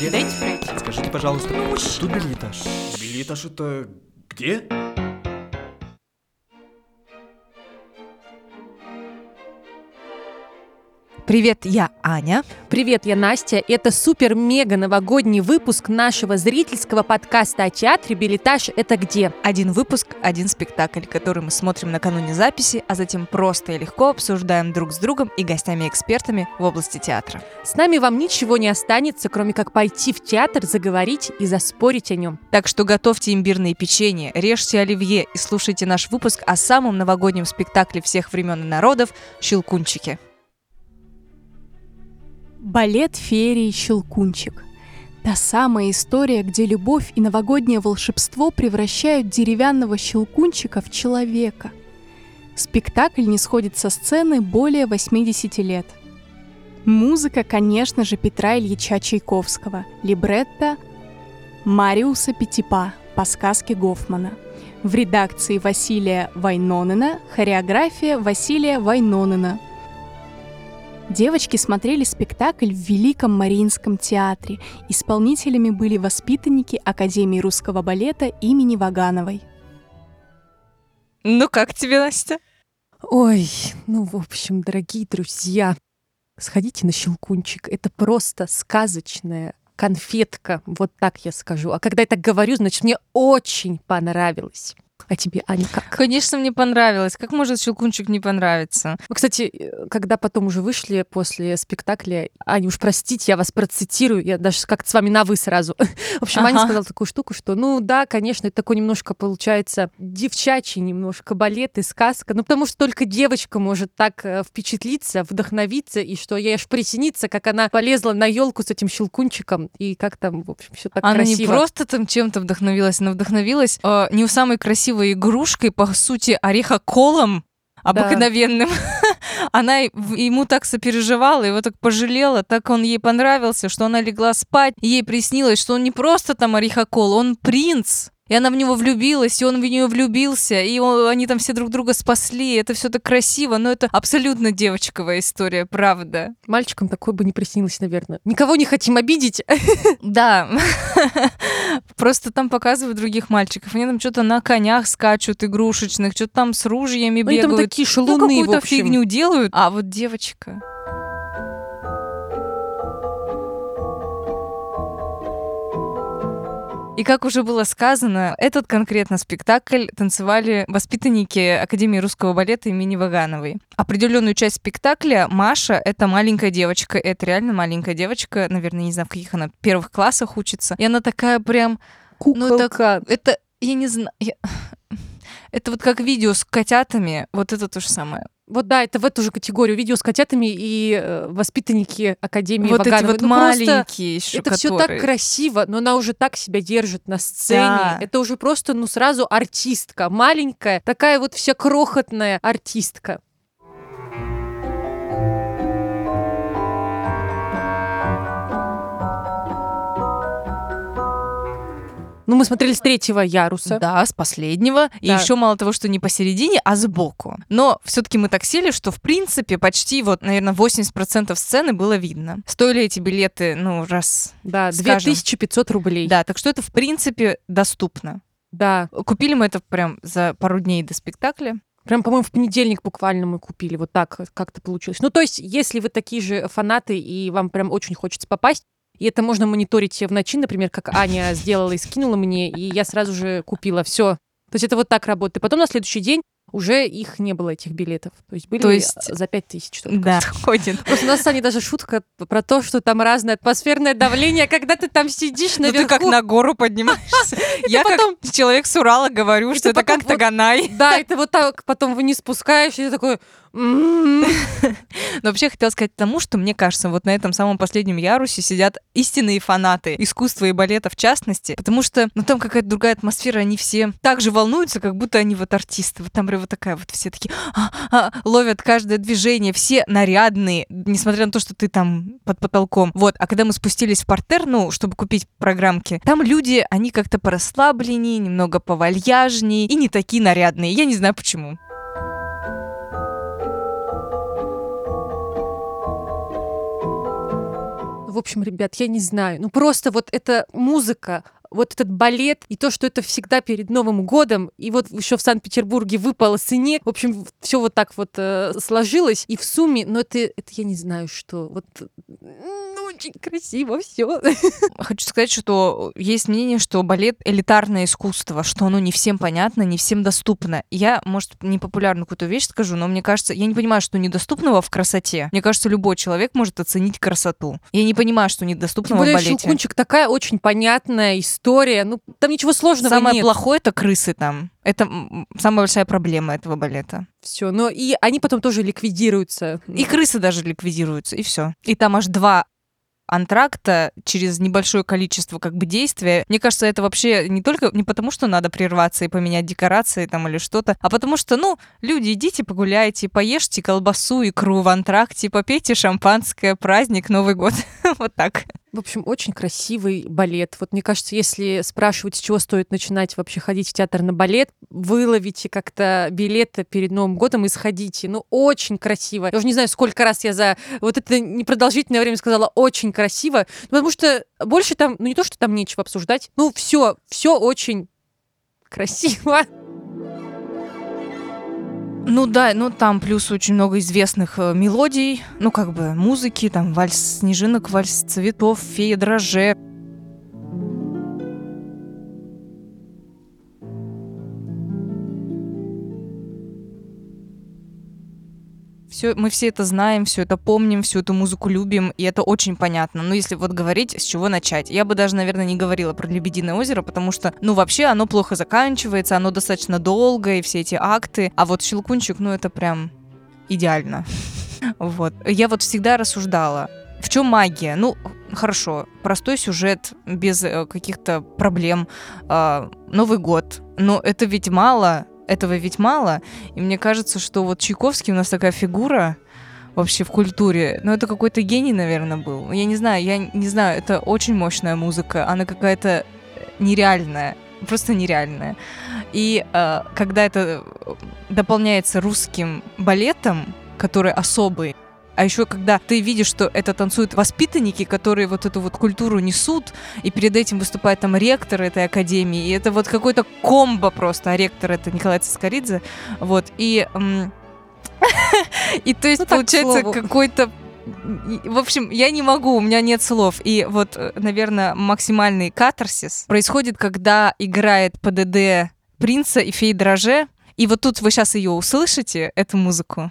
где? Дайте пройти. Скажите, пожалуйста, тут билетаж. Билетаж это где? Привет, я Аня. Привет, я Настя. Это супер-мега новогодний выпуск нашего зрительского подкаста о театре «Билетаж. Это где?». Один выпуск, один спектакль, который мы смотрим накануне записи, а затем просто и легко обсуждаем друг с другом и гостями-экспертами в области театра. С нами вам ничего не останется, кроме как пойти в театр, заговорить и заспорить о нем. Так что готовьте имбирные печенья, режьте оливье и слушайте наш выпуск о самом новогоднем спектакле всех времен и народов «Щелкунчики». Балет феерии «Щелкунчик». Та самая история, где любовь и новогоднее волшебство превращают деревянного щелкунчика в человека. Спектакль не сходит со сцены более 80 лет. Музыка, конечно же, Петра Ильича Чайковского. Либретто Мариуса Петипа по сказке Гофмана. В редакции Василия Вайнонена, хореография Василия Вайнонена. Девочки смотрели спектакль в Великом Мариинском театре. Исполнителями были воспитанники Академии русского балета имени Вагановой. Ну как тебе, Настя? Ой, в общем, дорогие друзья, сходите на «Щелкунчик». Это просто сказочная конфетка, вот так я скажу. А когда я так говорю, значит, мне очень понравилось. А тебе, Аня, как? Конечно, мне понравилось. Как может «Щелкунчик» не понравиться? Вы, кстати, когда потом уже вышли после спектакля, Аня, уж простите, я вас процитирую, я даже как-то с вами на «вы» сразу. В общем, Аня сказала такую штуку, что, да, конечно, это такой немножко, получается, девчачий немножко балет и сказка, потому что только девочка может так впечатлиться, вдохновиться, и что ей аж присенится, как она полезла на елку с этим щелкунчиком, и как там, в общем, все так она красиво. Она не просто там чем-то вдохновилась, она вдохновилась не у самой красивой игрушкой, по сути, орехоколом обыкновенным. Она ему так сопереживала, его так пожалела, так он ей понравился, что она легла спать, и ей приснилось, что он не просто там орехокол, он принц. И она в него влюбилась, и он в нее влюбился, и они там все друг друга спасли. Это все так красиво, но это абсолютно девочковая история, правда. Мальчикам такое бы не приснилось, наверное. Никого не хотим обидеть. Да. Просто там показывают других мальчиков. Они там что-то на конях скачут игрушечных, что-то там с ружьями бегают. Они там такие шалуны, какую-то фигню делают. А вот девочка... И как уже было сказано, этот конкретно спектакль танцевали воспитанники Академии русского балета имени Вагановой. Определенную часть спектакля Маша — это маленькая девочка, это реально маленькая девочка, наверное, не знаю, в каких она первых классах учится. И она такая прям... Куколка. Это я не знаю... Это вот как видео с котятами, вот это то же самое. Вот да, это в эту же категорию. Видео с котятами и воспитанники Академии вот Вагановой. Вот эти вот маленькие еще, это все так красиво, но она уже так себя держит на сцене. Да. Это уже просто, сразу артистка. Маленькая, такая вот вся крохотная артистка. Мы смотрели с 3-го яруса. Да, с последнего. Да. И еще мало того, что не посередине, а сбоку. Но все-таки мы так сели, что, в принципе, почти, наверное, 80% сцены было видно. Стоили эти билеты, Да, 2500 рублей. Да, так что это, в принципе, доступно. Да. Купили мы это прям за пару дней до спектакля. Прям, по-моему, в понедельник буквально мы купили. Вот так как-то получилось. То есть, если вы такие же фанаты, и вам прям очень хочется попасть, и это можно мониторить в ночи, например, как Аня сделала и скинула мне, и я сразу же купила все. То есть это вот так работает. Потом на следующий день уже их не было, этих билетов. То есть были за 5000 только. Да, ходит. Просто у нас, Аня, даже шутка про то, что там разное атмосферное давление, когда ты там сидишь наверху. Ты как на гору поднимаешься. Я как человек с Урала говорю, что это как Таганай. Да, и ты вот так потом вниз спускаешь, и ты такой... Но вообще хотела сказать тому, что мне кажется, вот на этом самом последнем ярусе сидят истинные фанаты искусства и балета в частности, потому что там какая-то другая атмосфера, они все так же волнуются, как будто они вот там вот такая вот все такие ловят каждое движение, все нарядные, несмотря на то, что ты там под потолком. А когда мы спустились в партер, чтобы купить программки, там люди, они как-то порасслабленнее, немного повальяжнее и не такие нарядные. Я не знаю почему. В общем, ребят, я не знаю. Ну просто вот эта музыка, вот этот балет, и то, что это всегда перед Новым годом, и вот еще в Санкт-Петербурге выпал снег. В общем, все вот так вот сложилось. И в сумме, но это я не знаю, что. Вот очень красиво все. Хочу сказать, что есть мнение, что балет — элитарное искусство, что оно не всем понятно, не всем доступно. Я, может, непопулярную какую-то вещь скажу, но мне кажется, я не понимаю, что недоступного в красоте. Мне кажется, любой человек может оценить красоту. Я не понимаю, что недоступного в балете. «Щелкунчик» такая очень понятная история. Ну, там ничего сложного Самое нет. плохое — это крысы там. Это самая большая проблема этого балета. Все, но и они потом тоже ликвидируются. И крысы даже ликвидируются, и все. И там аж 2 антракта через небольшое количество как бы действия. Мне кажется, это вообще не только не потому, что надо прерваться и поменять декорации там или что-то, а потому что, люди, идите погуляйте, поешьте колбасу, икру в антракте, попейте шампанское, праздник, Новый год. Вот так. В общем, очень красивый балет. Вот мне кажется, если спрашивать, с чего стоит начинать вообще ходить в театр на балет, выловите как-то билеты перед Новым годом и сходите. Очень красиво. Я уже не знаю, сколько раз я за вот это непродолжительное время сказала «очень красиво», потому что больше там, не то, что там нечего обсуждать, все очень красиво. Там плюс очень много известных мелодий, музыки, там вальс снежинок, вальс цветов, фея дрожжи. Мы все это знаем, все это помним, всю эту музыку любим, и это очень понятно. Но если вот говорить, с чего начать? Я бы даже, наверное, не говорила про «Лебединое озеро», потому что, вообще оно плохо заканчивается, оно достаточно долгое, и все эти акты. А вот «Щелкунчик», это прям идеально. Вот. Я вот всегда рассуждала, в чем магия? Хорошо, простой сюжет, без каких-то проблем, Новый год. Но это ведь мало. Этого ведь мало, и мне кажется, что вот Чайковский у нас такая фигура вообще в культуре, это какой-то гений, наверное, был. Я не знаю, это очень мощная музыка, она какая-то нереальная, просто нереальная. И когда это дополняется русским балетом, который особый, а еще когда ты видишь, что это танцуют воспитанники, которые вот эту вот культуру несут, и перед этим выступает там ректор этой академии, и это вот какой-то комбо просто, а ректор — это Николай Цискоридзе, вот, и то есть получается какой-то... В общем, я не могу, у меня нет слов. И вот, наверное, максимальный катарсис происходит, когда играет ПДД «Принца» и «Феи дрожжи», и вот тут вы сейчас ее услышите, эту музыку.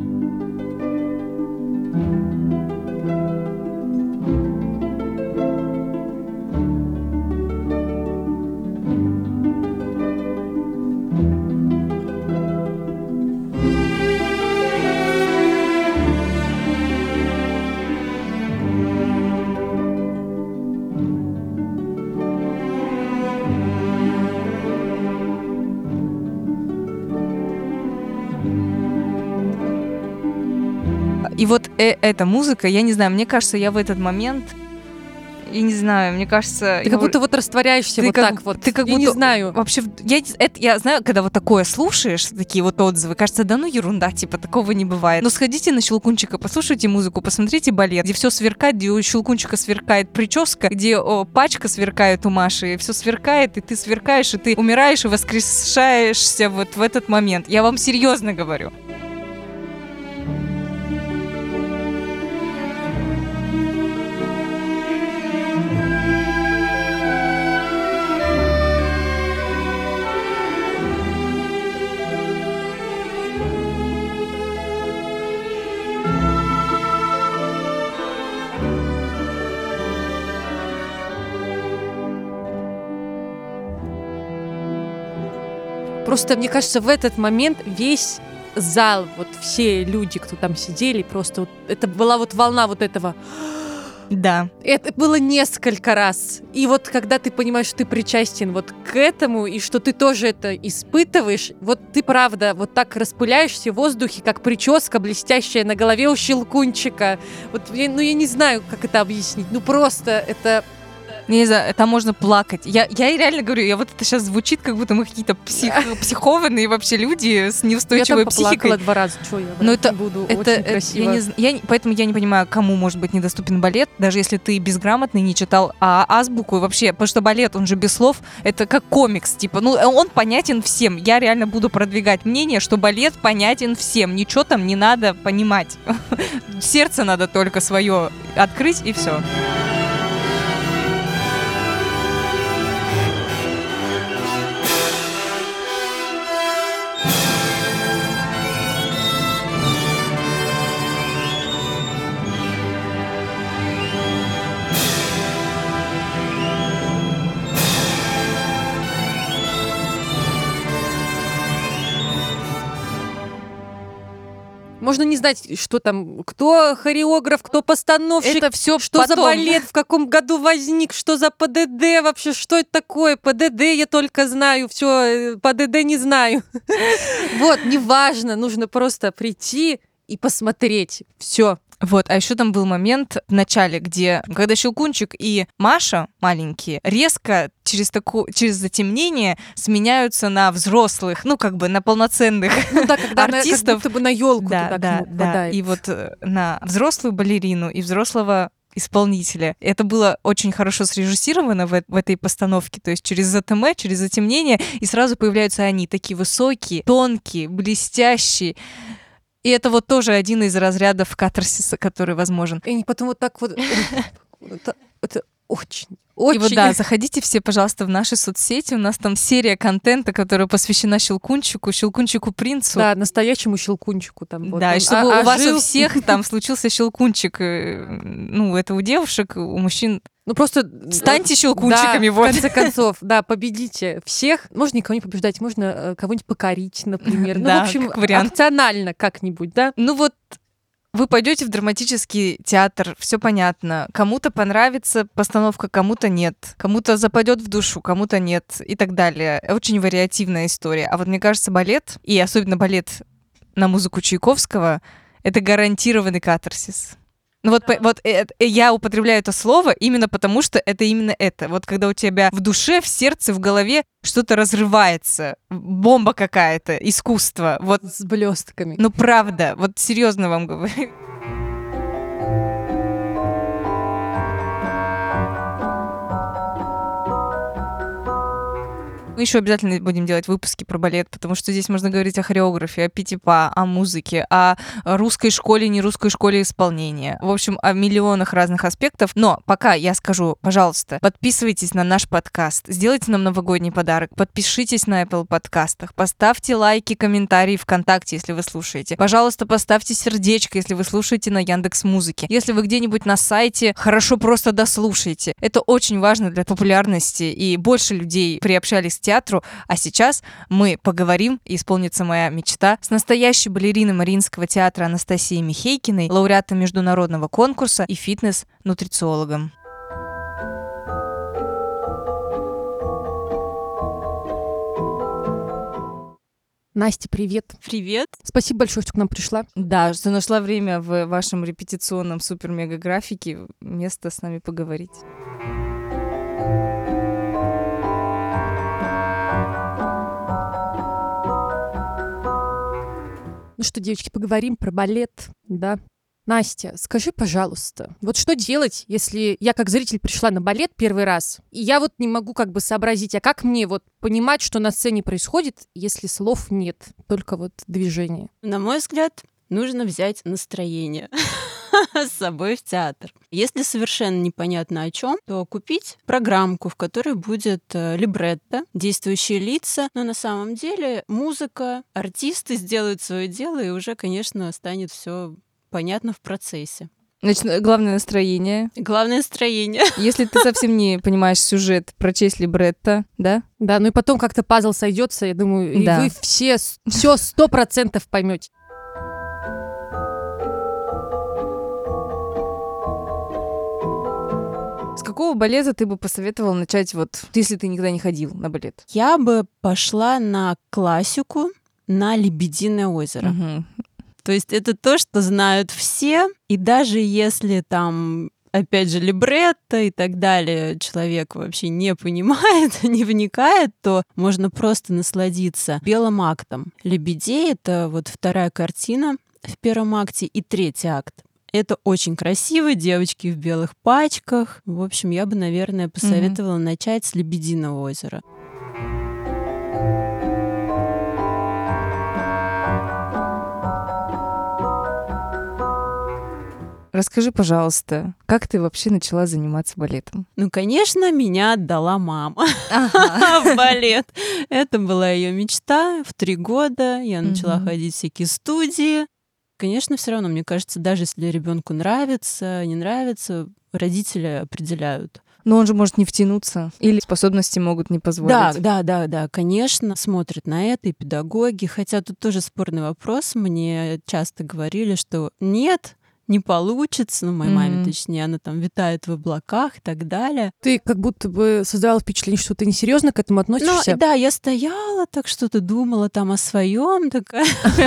И вот эта музыка, я не знаю, мне кажется, я в этот момент, я не знаю, мне кажется... Ты как будто вот растворяешься вот так вот. Ты как я будто... не знаю. Вообще, я знаю, когда вот такое слушаешь, такие вот отзывы, кажется, ерунда, такого не бывает. Но сходите на Щелкунчика, послушайте музыку, посмотрите балет, где все сверкает, где у Щелкунчика сверкает прическа, где пачка сверкает у Маши, и все сверкает, и ты сверкаешь, и ты умираешь и воскрешаешься вот в этот момент. Я вам серьезно говорю. Просто, мне кажется, в этот момент весь зал, вот все люди, кто там сидели, просто вот, это была вот волна вот этого. Да. Это было несколько раз. И вот когда ты понимаешь, что ты причастен вот к этому, и что ты тоже это испытываешь, вот ты правда вот так распыляешься в воздухе, как прическа, блестящая на голове у Щелкунчика. Вот я не знаю, как это объяснить. Просто это Не знаю, там можно плакать. Я реально говорю, вот это сейчас звучит, как будто мы какие-то психованные вообще люди с неустойчивой Я там поплакала психикой. 2 раза, что я Но врать это, не буду, это, очень красиво. поэтому я не понимаю, кому может быть недоступен балет, даже если ты безграмотный, не читал азбуку и вообще, потому что балет, он же без слов, это как комикс, типа, ну, он понятен всем. Я реально буду продвигать мнение, что балет понятен всем, ничего там не надо понимать. Сердце надо только свое открыть, и все. Можно не знать, что там, кто хореограф, кто постановщик, Это все что за балет, в каком году возник, что за ПДД вообще, что это такое? ПДД я только знаю, все, ПДД не знаю. Вот, неважно, нужно просто прийти и посмотреть. Все. Вот, а еще там был момент в начале, когда Щелкунчик и Маша маленькие резко через затемнение сменяются на взрослых, ну как бы на полноценных когда она артистов. как будто бы на елку Да, туда да, попадает. И вот на взрослую балерину и взрослого исполнителя. Это было очень хорошо срежиссировано в этой постановке, то есть через ЗТМ, через затемнение, и сразу появляются они такие высокие, тонкие, блестящие. И это вот тоже один из разрядов катарсиса, который возможен. И потом вот так вот... Это очень... И вот да, заходите все, пожалуйста, в наши соцсети. У нас там серия контента, которая посвящена Щелкунчику принцу. Да, настоящему Щелкунчику там. Вот да, он и чтобы у вас жил... у всех там случился Щелкунчик. Ну, это у девушек, у мужчин. Ну, просто... Станьте щелкунчиками, да, вот. в конце концов, да, победите всех. Можно никого не побеждать, можно кого-нибудь покорить, например. Ну, Да, в общем, как вариант. опционально как-нибудь, да? Ну вот, вы пойдете в драматический театр, все понятно. Кому-то понравится постановка, кому-то нет. Кому-то западет в душу, кому-то нет и так далее. Очень вариативная история. А вот мне кажется, балет, и особенно балет на музыку Чайковского, это гарантированный катарсис. Ну вот я употребляю это слово именно потому, что это именно это. Вот когда у тебя в душе, в сердце, в голове что-то разрывается, бомба какая-то, искусство. Вот. С блестками. Ну правда, вот серьезно вам говорю. Мы еще обязательно будем делать выпуски про балет, потому что здесь можно говорить о хореографии, о питипа, о музыке, о русской школе, не русской школе исполнения. В общем, о миллионах разных аспектов. Но пока я скажу, пожалуйста, подписывайтесь на наш подкаст, сделайте нам новогодний подарок, подпишитесь на Apple подкастах, поставьте лайки, комментарии ВКонтакте, если вы слушаете. Пожалуйста, поставьте сердечко, если вы слушаете на Яндекс.Музыке. Если вы где-нибудь на сайте, хорошо просто дослушайте. Это очень важно для популярности, и больше людей приобщались к театру, а сейчас мы поговорим, и исполнится моя мечта, с настоящей балериной Мариинского театра Анастасией Михейкиной, лауреатом международного конкурса и фитнес-нутрициологом. Настя, привет. Привет. Спасибо большое, что к нам пришла. Да, что нашла время в вашем репетиционном супер-мега-графике место с нами поговорить. Ну что, девочки, поговорим про балет, да? Настя, скажи, пожалуйста, вот что делать, если я как зритель пришла на балет первый раз, и я вот не могу как бы сообразить, а как мне вот понимать, что на сцене происходит, если слов нет, только вот движение? На мой взгляд, нужно взять настроение с собой в театр. Если совершенно непонятно о чем, то купить программку, в которой будет либретто, действующие лица, но на самом деле музыка, артисты сделают свое дело, и уже, конечно, станет все понятно в процессе. Значит, главное настроение. Главное настроение. Если ты совсем не понимаешь сюжет, прочесть либретто, да? Да, ну и потом как-то пазл сойдется, я думаю, Да. и вы все 100% поймете. С какого балета ты бы посоветовал начать, вот, если ты никогда не ходил на балет? Я бы пошла на классику, на «Лебединое озеро». Мгм. То есть это то, что знают все, и даже если там опять же, либретто и так далее человек вообще не понимает, не вникает, то можно просто насладиться белым актом. «Лебедей» — это вот вторая картина в первом акте и третий акт. Это очень красиво, девочки в белых пачках. В общем, я бы, наверное, посоветовала начать с «Лебединого озера». Расскажи, пожалуйста, как ты вообще начала заниматься балетом? Ну, конечно, меня отдала мама в балет. Это была ее мечта. В 3 года я начала ходить в всякие студии. Конечно, все равно, мне кажется, даже если ребенку нравится, не нравится, родители определяют. Но он же может не втянуться, или способности могут не позволить. Да, конечно, смотрят на это и педагоги. Хотя тут тоже спорный вопрос. Мне часто говорили, что нет, не получится, ну, моей маме, точнее, она там витает в облаках и так далее. Ты как будто бы создавала впечатление, что ты несерьезно к этому относишься. Ну, да, я стояла, так что-то думала там о своем, такая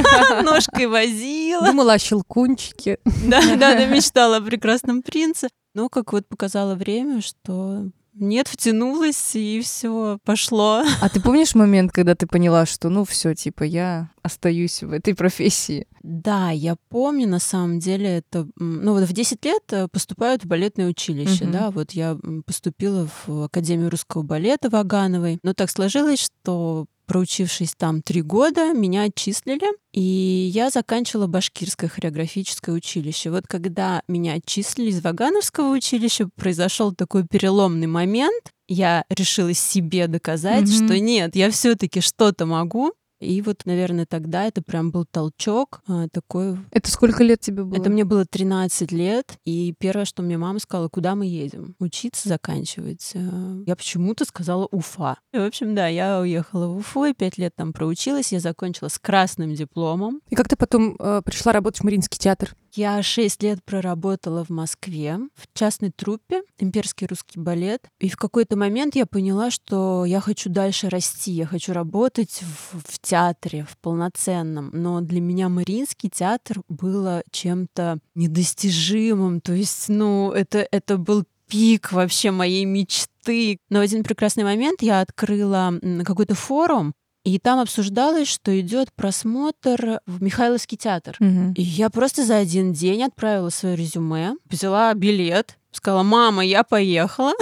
ножкой возила. Думала о щелкунчике. Да, мечтала о прекрасном принце. Но, как вот показало время, что нет, втянулась, и все пошло. А ты помнишь момент, когда ты поняла, что, ну, все, типа, я остаюсь в этой профессии? Да, я помню, на самом деле, это... Ну, вот в 10 лет поступают в балетное училище, да, вот я поступила в Академию русского балета Вагановой, но так сложилось, что проучившись там 3 года, меня отчислили, и я заканчивала Башкирское хореографическое училище. Вот когда меня отчислили из Вагановского училища, произошел такой переломный момент. Я решила себе доказать, что нет, я все-таки что-то могу. И вот, наверное, тогда это прям был толчок такой. Это сколько лет тебе было? Это мне было 13 лет, и первое, что мне мама сказала, куда мы едем? Учиться заканчивать. Я почему-то сказала Уфа. И, в общем, да, я уехала в Уфу, и 5 лет там проучилась, я закончила с красным дипломом. И как ты потом пришла работать в Мариинский театр? Я 6 лет проработала в Москве в частной труппе «Имперский русский балет». И в какой-то момент я поняла, что я хочу дальше расти, я хочу работать в театре, в полноценном. Но для меня Мариинский театр было чем-то недостижимым. То есть, ну, это был пик вообще моей мечты. Но в один прекрасный момент я открыла какой-то форум, и там обсуждалось, что идет просмотр в Михайловский театр. И я просто за один день отправила свое резюме, взяла билет, сказала: мама, я поехала.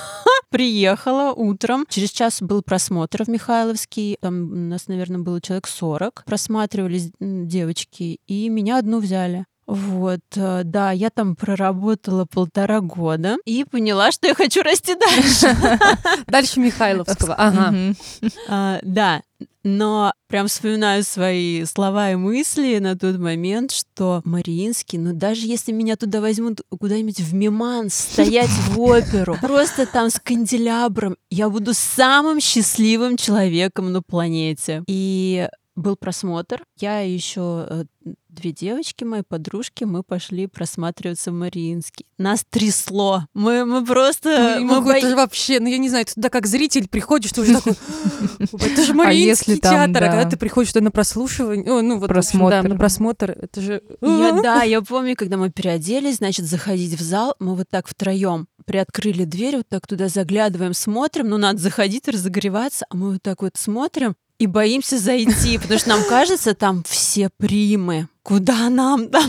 Приехала утром. Через час был просмотр в Михайловский. Там у нас, наверное, было человек 40. Просматривались девочки, и меня одну взяли. Вот, да, я там проработала 1,5 года и поняла, что я хочу расти дальше. Дальше Михайловского, ага. Да, но прям вспоминаю свои слова и мысли на тот момент, что Мариинский, ну даже если меня туда возьмут куда-нибудь в Миманс, стоять в оперу, просто там с канделябром, я буду самым счастливым человеком на планете. И был просмотр. Я еще 2 девочки, мои подружки, мы пошли просматриваться в Мариинский. Нас трясло. Мы просто... Это же вообще, ну я не знаю, ты туда как зритель приходишь, ты уже такой, это же Мариинский театр, а когда ты приходишь туда на прослушивание, ну вот на просмотр, это же... Я помню, когда мы переоделись, значит, заходить в зал, мы вот так втроем приоткрыли дверь, вот так туда заглядываем, смотрим, ну надо заходить, разогреваться, а мы вот так вот смотрим, и боимся зайти, потому что нам кажется, там все примы. Куда нам там?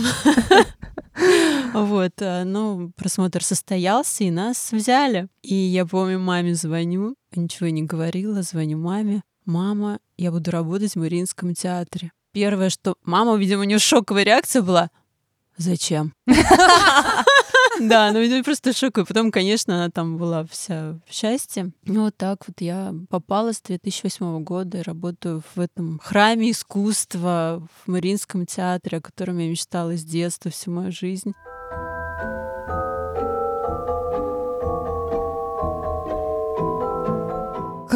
Вот, ну, просмотр состоялся, и нас взяли. И я помню, маме звоню, ничего не говорила, звоню маме. Мама, я буду работать в Мариинском театре. Первое, что... Мама, видимо, у нее шоковая реакция была. Зачем? Да, ну, видимо, просто шок. И потом, конечно, она там была вся в счастье. И вот так вот я попала с 2008 года и работаю в этом храме искусства в Мариинском театре, о котором я мечтала с детства всю мою жизнь.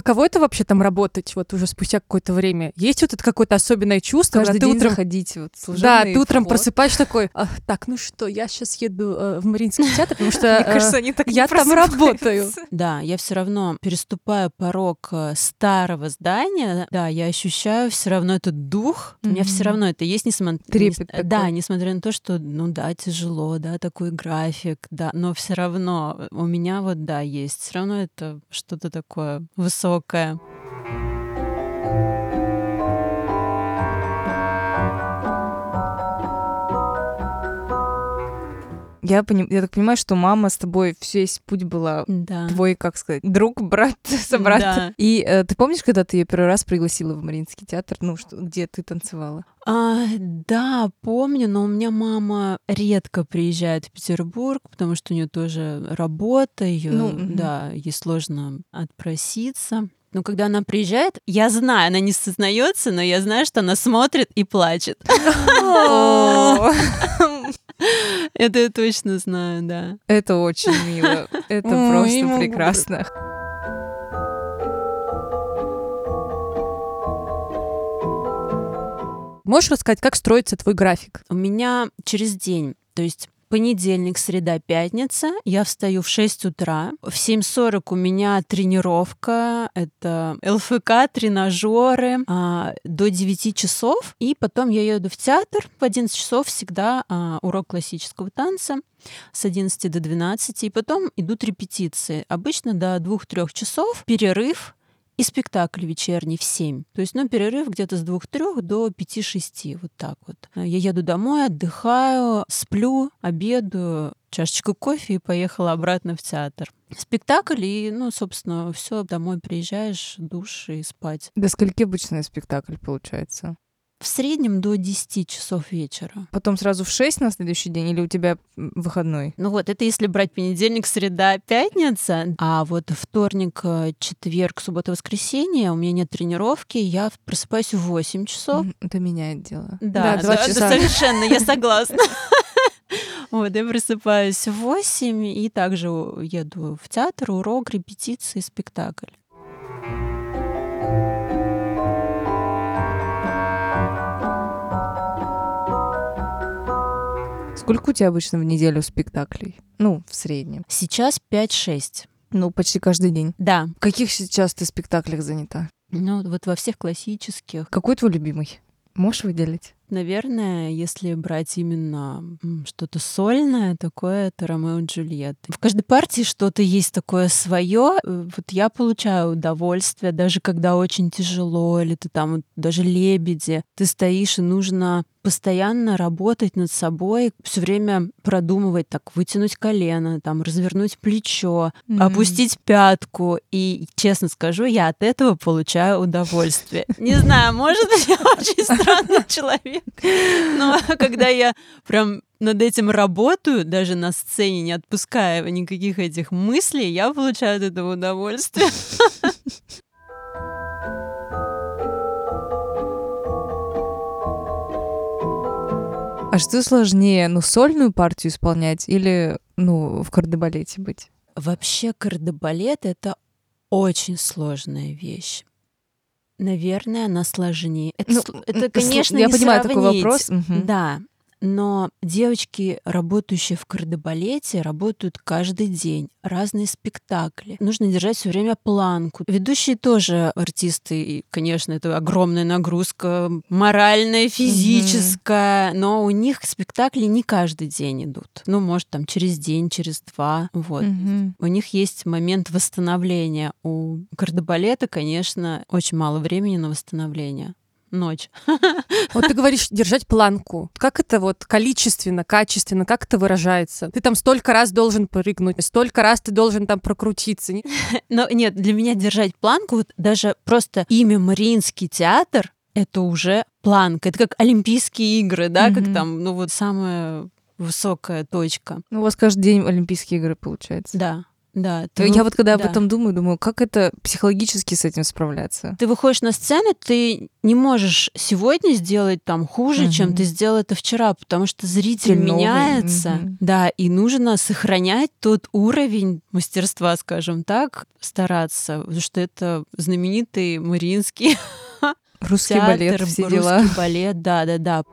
каково это вообще там работать, вот уже спустя какое-то время? Есть вот это какое-то особенное чувство, Каждый когда ты день утром... заходить вот Да, служебный ты утром вход. просыпаешь такой, так, ну что, я сейчас еду в Мариинский театр, потому Мне что кажется, они так не я там просыпаются. работаю. Да, я все равно переступаю порог старого здания, да, я ощущаю все равно этот дух, у меня все равно это есть, Трепет такой. да, несмотря на то, что, ну да, тяжело, да, такой график, да, но все равно у меня вот, да, есть, все равно это что-то такое высокое. Я так понимаю, что мама с тобой весь путь была Да. твой, как сказать, друг, брат, собрат. Да. И ты помнишь, когда ты ее первый раз пригласила в Мариинский театр, ну, где ты танцевала? Да, помню, но у меня мама редко приезжает в Петербург, потому что у нее тоже работа, ее, да, ей сложно отпроситься. Но когда она приезжает, я знаю, она не сознается, но я знаю, что она смотрит и плачет. Это я точно знаю, да. Это очень мило. Это Ой, не просто могу. прекрасно. Можешь рассказать, как строится твой график? У меня через день, то есть понедельник, среда, пятница. Я встаю в 6 утра. В 7:40 у меня тренировка. Это ЛФК, тренажеры до 9 часов. И потом я еду в театр. В 11 часов всегда урок классического танца с 11 до 12. И потом идут репетиции. Обычно до 2-3 часов. Перерыв. И спектакль вечерний в 7. То есть, перерыв где-то с 2-3 до 5-6. Вот так вот. Я еду домой, отдыхаю, сплю, обедаю, чашечку кофе и поехала обратно в театр. Спектакль и, собственно, все, домой приезжаешь, душ и спать. До скольки обычно спектакль получается? В среднем до 10 часов вечера. Потом сразу в 6 на следующий день или у тебя выходной? Это если брать понедельник, среда, пятница. А вот вторник, четверг, суббота, воскресенье у меня нет тренировки, я просыпаюсь в 8 часов. Это меняет дело. Да, 2 часа. совершенно, я согласна. Я просыпаюсь в 8 и также еду в театр, урок, репетиции, спектакль. Сколько у тебя обычно в неделю спектаклей? В среднем. Сейчас 5-6. Почти каждый день. Да. В каких сейчас ты спектаклях занята? Во всех классических. Какой твой любимый? Можешь выделить? Наверное, если брать именно что-то сольное, такое это Ромео и Джульетта. В каждой партии что-то есть такое свое. Я получаю удовольствие, даже когда очень тяжело, или ты там даже лебеди, ты стоишь, и нужно постоянно работать над собой, все время продумывать, так, вытянуть колено, там, развернуть плечо, опустить пятку. И, честно скажу, я от этого получаю удовольствие. Не знаю, может быть, я очень странный человек, но когда я прям над этим работаю, даже на сцене, не отпуская никаких этих мыслей, я получаю от этого удовольствие. А что сложнее, сольную партию исполнять или, в кардебалете быть? Вообще кардебалет — это очень сложная вещь. Наверное, она сложнее. Это, конечно, я не понимаю сравнить. такой вопрос. Да. Но девочки, работающие в кардебалете, работают каждый день. Разные спектакли. Нужно держать все время планку. Ведущие тоже артисты, и, конечно, это огромная нагрузка моральная, физическая. Но у них спектакли не каждый день идут. Может, там через день, через 2. У них есть момент восстановления. У кардебалета, конечно, очень мало времени на восстановление. Ночь. Ты говоришь держать планку. Как это количественно, качественно, как это выражается? Ты там столько раз должен прыгнуть, столько раз ты должен там прокрутиться. Но нет, для меня держать планку, даже просто имя Мариинский театр, это уже планка. Это как Олимпийские игры, да, как там, самая высокая точка. У вас каждый день Олимпийские игры, получается. Да. Да. Я вот когда об да. этом думаю, как это психологически с этим справляться? Ты выходишь на сцену, ты не можешь сегодня сделать там хуже, чем ты сделал это вчера, потому что зритель Ты новый. меняется. Да, и нужно сохранять тот уровень мастерства, скажем так, стараться, потому что это знаменитый Мариинский Русский театр, балет, все дела. русский балет, да.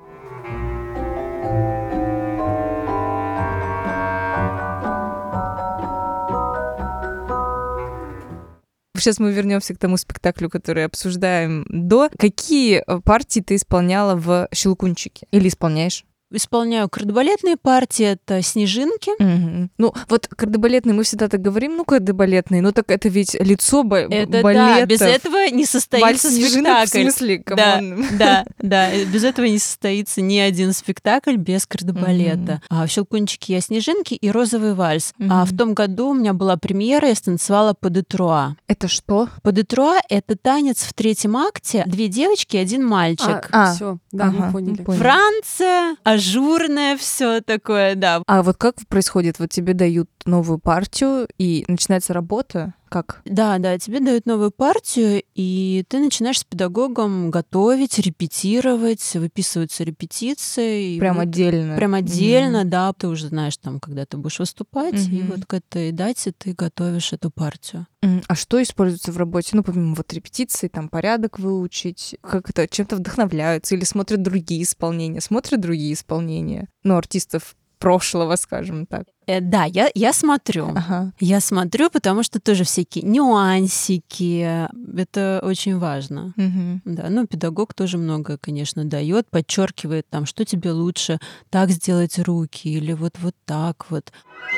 Сейчас мы вернемся к тому спектаклю, который обсуждаем до. Какие партии ты исполняла в «Щелкунчике»? Или исполняешь? Исполняю кардебалетные партии, это снежинки. Ну, вот кардебалетный, мы всегда так говорим, кардебалетный, но так это ведь лицо Это балета. да, без этого не состоится снежинок, в спектакль. смысле, камон. Да, без этого не состоится ни один спектакль без кардебалета. В «Щелкунчике» я снежинки и розовый вальс. А в том году у меня была премьера, я станцевала «По де Труа». Это что? «По де Труа» — это танец в третьем акте, 2 девочки и 1 мальчик. Все, да, мы поняли. Франция, ажурное, все такое, да. А вот как происходит? Вот тебе дают новую партию, и начинается работа? Как? Да, тебе дают новую партию, и ты начинаешь с педагогом готовить, репетировать, выписываются репетиции. И Прям отдельно? Прям отдельно, да. Ты уже знаешь, там, когда ты будешь выступать, и вот к этой дате ты готовишь эту партию. А что используется в работе? Ну, помимо вот репетиции, там, порядок выучить, как это, чем-то вдохновляются или смотрят другие исполнения? Смотрят другие исполнения? Ну, артистов прошлого, скажем так. Да, я смотрю. Ага. Я смотрю, потому что тоже всякие нюансики. Это очень важно. Да, педагог тоже многое, конечно, дает, подчеркивает там, что тебе лучше так сделать руки или вот так вот.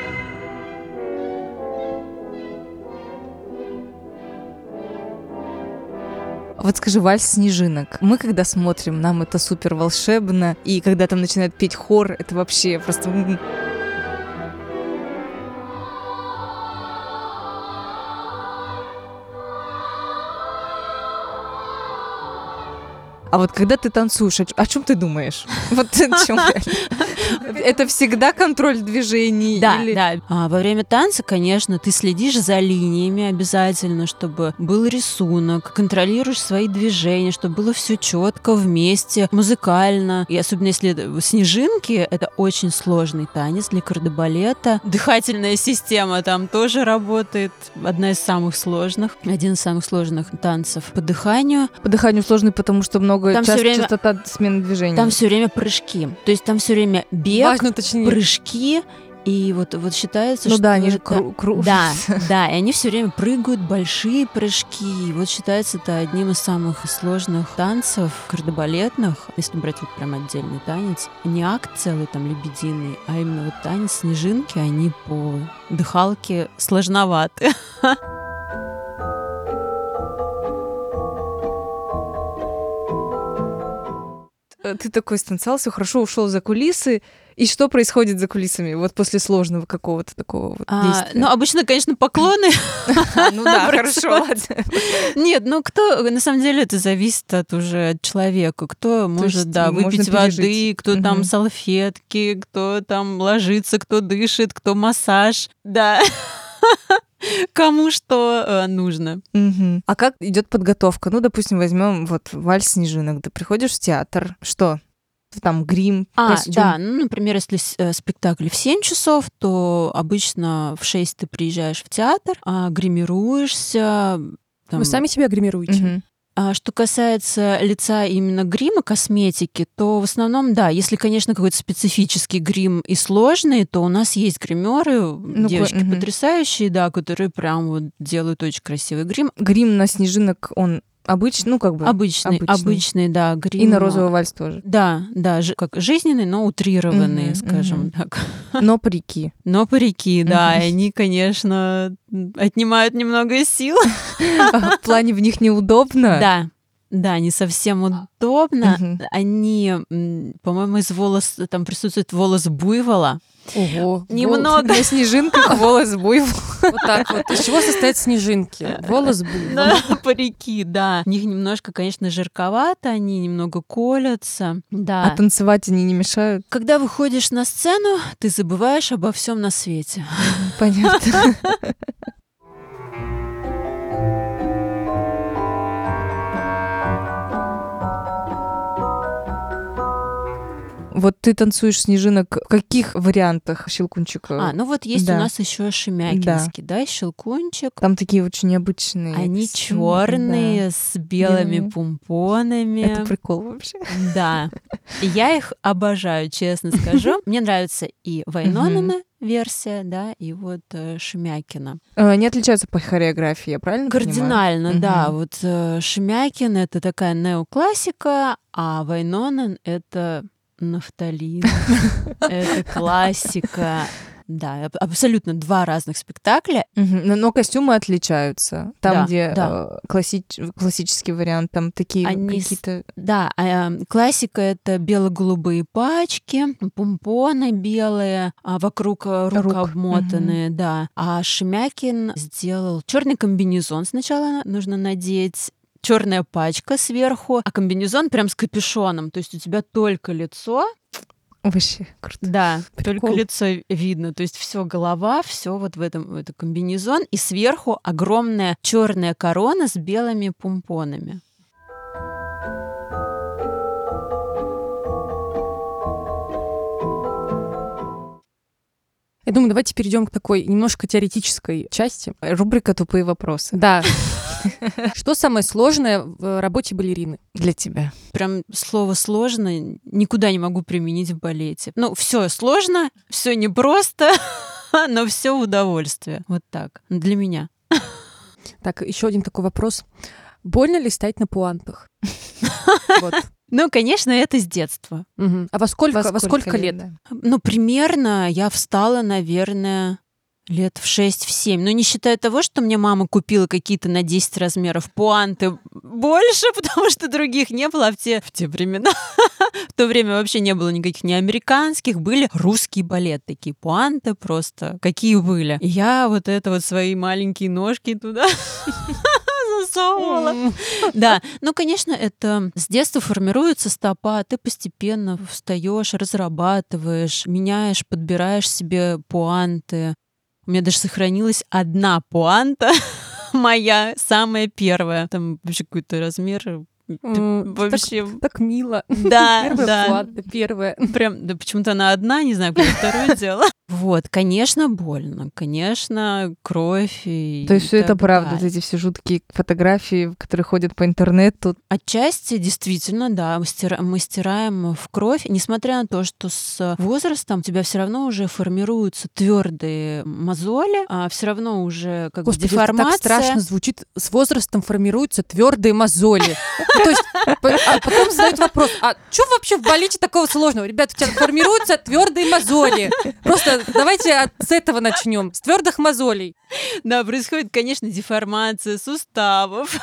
Вот скажи, вальс снежинок. Мы когда смотрим, нам это супер волшебно, и когда там начинают петь хор, это вообще просто... А вот когда ты танцуешь, о чем ты думаешь? Вот о чем это всегда контроль движений? Да. Во время танца, конечно, ты следишь за линиями обязательно, чтобы был рисунок, контролируешь свои движения, чтобы было все четко вместе, музыкально. И особенно если снежинки, это очень сложный танец для кардебалета. Дыхательная система там тоже работает. Один из самых сложных танцев по дыханию. По дыханию сложный, потому что много там частота смены движений. Там все время прыжки. То есть там все время бег, Важно уточнить. прыжки. И вот считается, что... Ну да, они же кружатся. Да, и они все время прыгают, большие прыжки. И вот считается это одним из самых сложных танцев кардебалетных. Если брать вот прям отдельный танец. Не акт целый там лебединый, а именно вот танец снежинки, они по дыхалке сложноваты. Ты такой станцевал, все хорошо, ушел за кулисы. И что происходит за кулисами вот после сложного какого-то такого вот действия? Обычно, конечно, поклоны. Ну да, хорошо. Нет, кто, на самом деле, это зависит от человека. Кто может, выпить воды, кто там салфетки, кто там ложится, кто дышит, кто массаж. Да. Кому что нужно. А как идет подготовка? Ну, допустим, возьмем вот вальс снежинок. Ты приходишь в театр. Что? Там грим, костюм. Да, например, если спектакль в 7 часов, то обычно в 6 ты приезжаешь в театр, гримируешься. Вы сами себя гримируете? А что касается лица именно грима, косметики, то в основном, да, если, конечно, какой-то специфический грим и сложный, то у нас есть гримеры, девочки потрясающие, да, которые прям вот делают очень красивый грим. Грим на снежинок, он обычный, Обычный, да, грим. И на розовый вальс тоже. Да, как жизненный, но утрированный, скажем так. Но парики. Да, и они, конечно, отнимают немного сил. В плане в них неудобно? Да, не совсем удобно. Они, по-моему, из волоса, там присутствует волос буйвола. Ого. Немного. На снежинках волос буйвол. Вот так вот. Из чего состоят снежинки? Волос буйвол. Да, парики, да. У них немножко, конечно, жарковато, они немного колятся. Да. А танцевать они не мешают? Когда выходишь на сцену, ты забываешь обо всем на свете. Понятно. Вот ты танцуешь снежинок в каких вариантах Щелкунчика? Ну вот есть Да. у нас еще Шемякинский, да, Щелкунчик. Там такие очень необычные. Они черные с белыми Белыми. помпонами. Это прикол вообще. Да. И я их обожаю, честно скажу. Мне нравится и Вайнонина версия, да, и вот Шемякина. Не отличаются по хореографии, я правильно Кардинально, понимаю? да. Мгм. Вот Шемякин — это такая неоклассика, а Вайнонен — это нафталин, это классика. Да, абсолютно два разных спектакля. Но костюмы отличаются. Там, Да, где да. классический вариант, там такие Они какие-то... Да, классика — это бело-голубые пачки, помпоны белые, вокруг рук Рук. обмотанные, да. А Шемякин сделал черный комбинезон. Сначала нужно надеть, черная пачка сверху, а комбинезон прям с капюшоном. То есть у тебя только лицо. Вообще круто. Да, Прикол. только лицо видно. То есть все голова, все вот в это комбинезон, и сверху огромная черная корона с белыми помпонами. Я думаю, давайте перейдем к такой немножко теоретической части. Рубрика «Тупые вопросы» Да. Что самое сложное в работе балерины? для тебя. Прям слово сложно никуда не могу применить в балете. Ну, все сложно, все непросто, но все в удовольствие. Вот так. Для меня. Так, еще один такой вопрос. Больно ли стоять на пуантах? Вот. Ну, конечно, это с детства. Мгм. А во сколько лет? да? Ну, примерно я встала, наверное, лет в 6-7. Но не считая того, что мне мама купила какие-то на 10 размеров пуанты больше, потому что других не было в те времена. В то время вообще не было никаких ни американских, были русский балет. Такие пуанты просто какие были. И я вот это вот свои маленькие ножки туда засовывала. Да, ну, конечно, это с детства формируется стопа, ты постепенно встаешь, разрабатываешь, меняешь, подбираешь себе пуанты. У меня даже сохранилась одна пуанта, моя самая первая. Там вообще какой-то размер. Вообще. Так мило. Да, Первая да. пуанта, первая. Прям, да почему-то она одна, не знаю, какое второе дело. Вот, конечно, больно, конечно, кровь. И То есть все это так правда, вот далее. эти все жуткие фотографии, которые ходят по интернету. Отчасти, действительно, да, мы стираем в кровь, несмотря на то, что с возрастом у тебя все равно уже формируются твердые мозоли, а все равно уже как бы Господи, это так деформация. страшно звучит. С возрастом формируются твердые мозоли. Ну, то есть, а потом задают вопрос, а что вообще в балете такого сложного? Ребята, у тебя формируются твердые мозоли. Просто давайте с этого начнем, с твердых мозолей. Да, происходит, конечно, деформация суставов.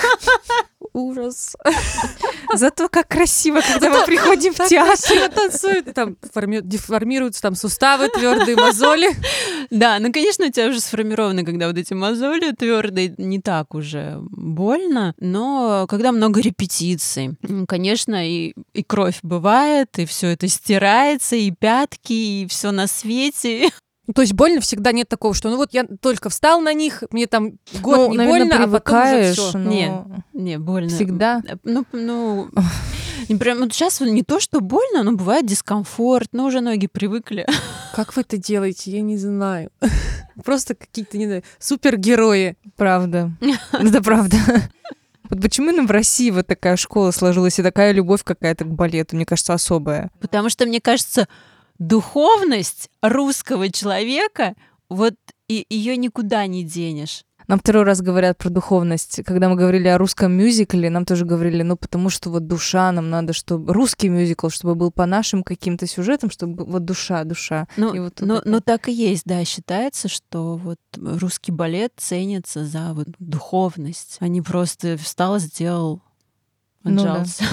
Ужас. Зато как красиво, когда мы приходим в театр. Красиво танцуют. И там деформируются там суставы, твердые мозоли. Да, ну, конечно, у тебя уже сформированы, когда вот эти мозоли твердые, не так уже больно, но когда много репетиций, конечно, и кровь бывает, и все это стирается, и пятки, и все на свете. Ну, то есть больно всегда нет такого, что ну вот я только встал на них, мне там год Ну, не наверное, больно, а потом уже привыкаешь, всё. но Не, больно. всегда. Ну, прям вот сейчас не то, что больно, но бывает дискомфорт, но уже ноги привыкли. Как вы это делаете, я не знаю. Просто какие-то, не знаю, супергерои. Правда. Это правда. Вот почему именно в России вот такая школа сложилась и такая любовь какая-то к балету, мне кажется, особая. Потому что, мне кажется, духовность русского человека, вот ее никуда не денешь. Нам второй раз говорят про духовность. Когда мы говорили о русском мюзикле, нам тоже говорили, ну, потому что вот душа, нам надо, чтобы русский мюзикл, чтобы был по нашим каким-то сюжетам, чтобы вот душа. Ну, И вот ну, так и есть, да, считается, что вот русский балет ценится за вот духовность, а не просто встал, сделал, Ну да. отжался.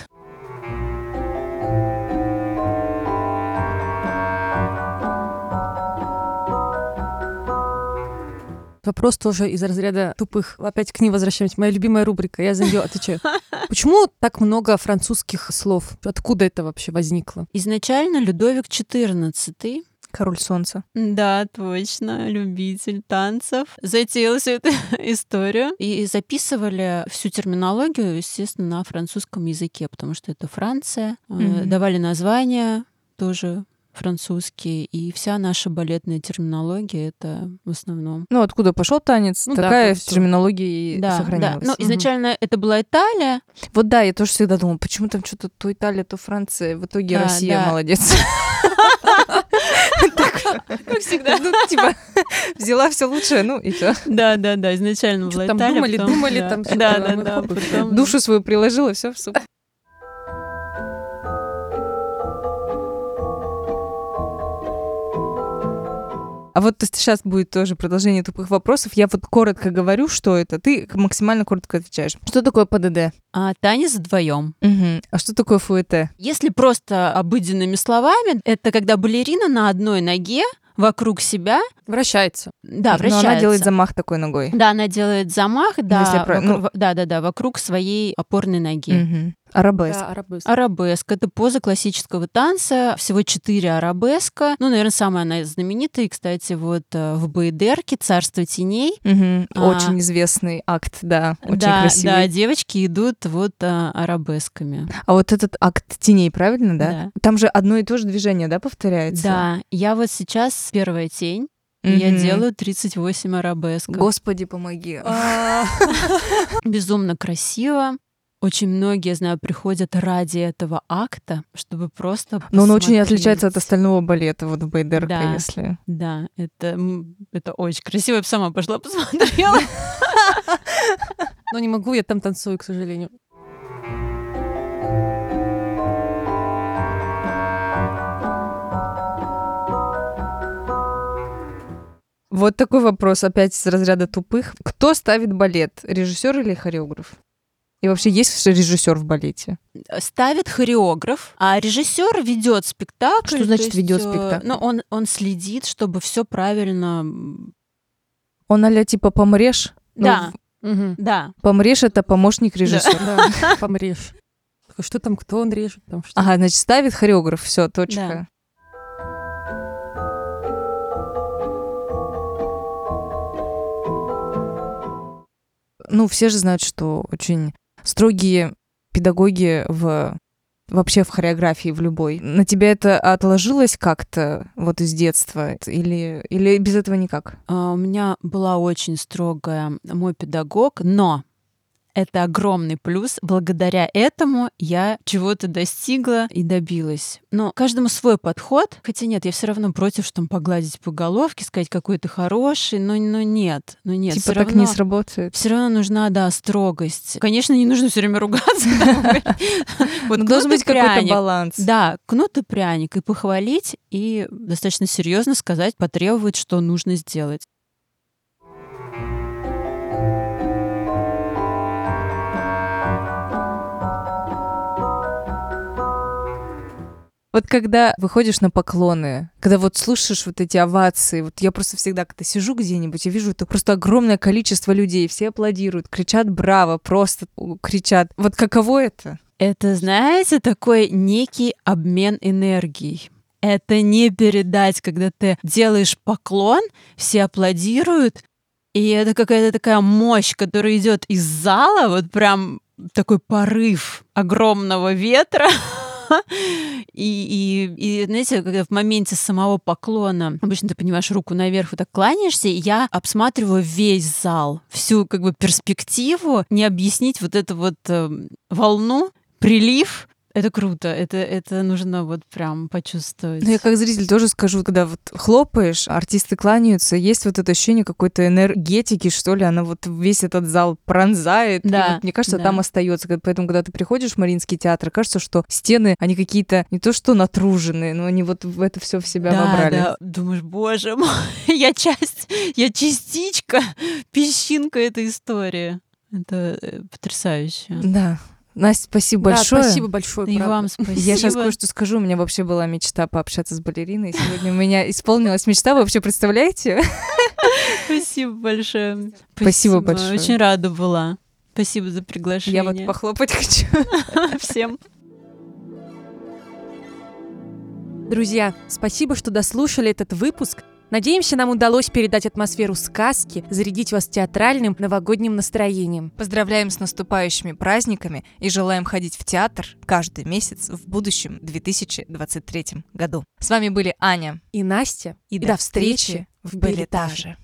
Вопрос тоже из разряда тупых. Опять к ней возвращаемся. Моя любимая рубрика. Я за нее отвечаю. Почему так много французских слов? Откуда это вообще возникло? Изначально Людовик XIV Король солнца. Да, точно, любитель танцев. Затеял всю эту историю. И записывали всю терминологию, естественно, на французском языке, потому что это Франция. Давали названия тоже французские, и вся наша балетная терминология — это в основном... Ну, откуда пошел танец, Ну да, такая то есть терминология и Да, сохранилась. да. Ну, изначально это была Италия. Вот да, я тоже всегда думала, почему там что-то то Италия, то Франция. В итоге Да, Россия да. молодец. Как всегда. Ну, типа, взяла все лучшее, ну и все. Да, изначально была Там Италия. думали, да. там что-то, Да, мы потом... Душу свою приложила, все, супер. А вот сейчас будет тоже продолжение тупых вопросов. Я вот коротко говорю, что это. Ты максимально коротко отвечаешь. Что такое ПДД? Танец вдвоем. Угу. А что такое фуэте? Если просто обыденными словами, это когда балерина на одной ноге вокруг себя, Вращается. да, Но вращается. она делает замах такой ногой. Да, она делает замах, если да, я да, вокруг своей опорной ноги. Мгм. Арабеск. Да, арабеск. Арабеск — это поза классического танца, всего 4 арабеска. Ну, наверное, самая она знаменитая, кстати, вот в Бейдерке «Царство теней». Мгм. А. Очень известный акт, да, очень Да, красивый. да, девочки идут вот арабесками. А вот этот акт теней, правильно, да? Да. Там же одно и то же движение, да, повторяется? Да, я вот сейчас первая тень, и я Мгм. делаю 38 арабесков. Господи, помоги. Безумно красиво. Очень многие, знаю, приходят ради этого акта, чтобы просто Но он очень посмотреть. отличается от остального балета, вот в Бейдерке, Да. если... Да, это очень красиво. Я бы сама пошла посмотрела. Но не могу, я там танцую, к сожалению. Вот такой вопрос опять из разряда тупых. Кто ставит балет? Режиссер или хореограф? И вообще есть режиссер в балете? Ставит хореограф, а режиссер ведет спектакль. Что то значит есть, ведет спектакль? Ну, он следит, чтобы все правильно. Он а-ля типа помрешь? Да, Мгм. да. Помрешь — это помощник режиссера. Да, помрежь. Такой, что там, кто он режет? Там, что? Ага, значит, ставит хореограф, все, точка. Ну, все же знают, что очень строгие педагоги вообще в хореографии, в любой. На тебя это отложилось как-то вот из детства? Или без этого никак? У меня была очень строгая мой педагог, но это огромный плюс. Благодаря этому я чего-то достигла и добилась. Но каждому свой подход. Хотя нет, я все равно против, что там погладить по головке, сказать, какой ты хороший. Но нет. Типа всё так равно... не сработает. Все равно нужна, да, строгость. Конечно, не нужно все время ругаться. Вот Но должен кнут и быть какой-то пряник. баланс. Да, кнут и пряник. И похвалить, и достаточно серьезно сказать, потребовать, что нужно сделать. Вот когда выходишь на поклоны, когда вот слушаешь вот эти овации, вот я просто всегда, когда сижу где-нибудь, я вижу это просто огромное количество людей, все аплодируют, кричат «браво», просто кричат. Вот каково это? Это, знаете, такой некий обмен энергией. Это не передать, когда ты делаешь поклон, все аплодируют, и это какая-то такая мощь, которая идет из зала, вот прям такой порыв огромного ветра. И знаете, когда в моменте самого поклона, обычно ты поднимаешь руку наверх, вот так кланяешься, и я обсматриваю весь зал, всю как бы перспективу, не объяснить вот эту вот волну, прилив. Это круто, это нужно вот прям почувствовать. Ну, я как зритель тоже скажу, когда вот хлопаешь, артисты кланяются, есть вот это ощущение какой-то энергетики, что ли, она вот весь этот зал пронзает. Да, И вот, мне кажется, да. там остается. Поэтому, когда ты приходишь в Мариинский театр, кажется, что стены, они какие-то не то что натруженные, но они вот в это все в себя вобрали. Да, думаешь, боже мой, я частичка, песчинка этой истории. Это потрясающе. Да. Настя, спасибо Да, большое. спасибо большое. И правда. вам спасибо. Я сейчас кое-что скажу. У меня вообще была мечта пообщаться с балериной. Сегодня у меня исполнилась мечта. Вы вообще представляете? Спасибо большое. Спасибо большое. Очень рада была. Спасибо за приглашение. Я вот похлопать хочу. Всем. Друзья, спасибо, что дослушали этот выпуск. Надеемся, нам удалось передать атмосферу сказки, зарядить вас театральным новогодним настроением. Поздравляем с наступающими праздниками и желаем ходить в театр каждый месяц в будущем 2023 году. С вами были Аня И Настя. и до встречи в Белетаже.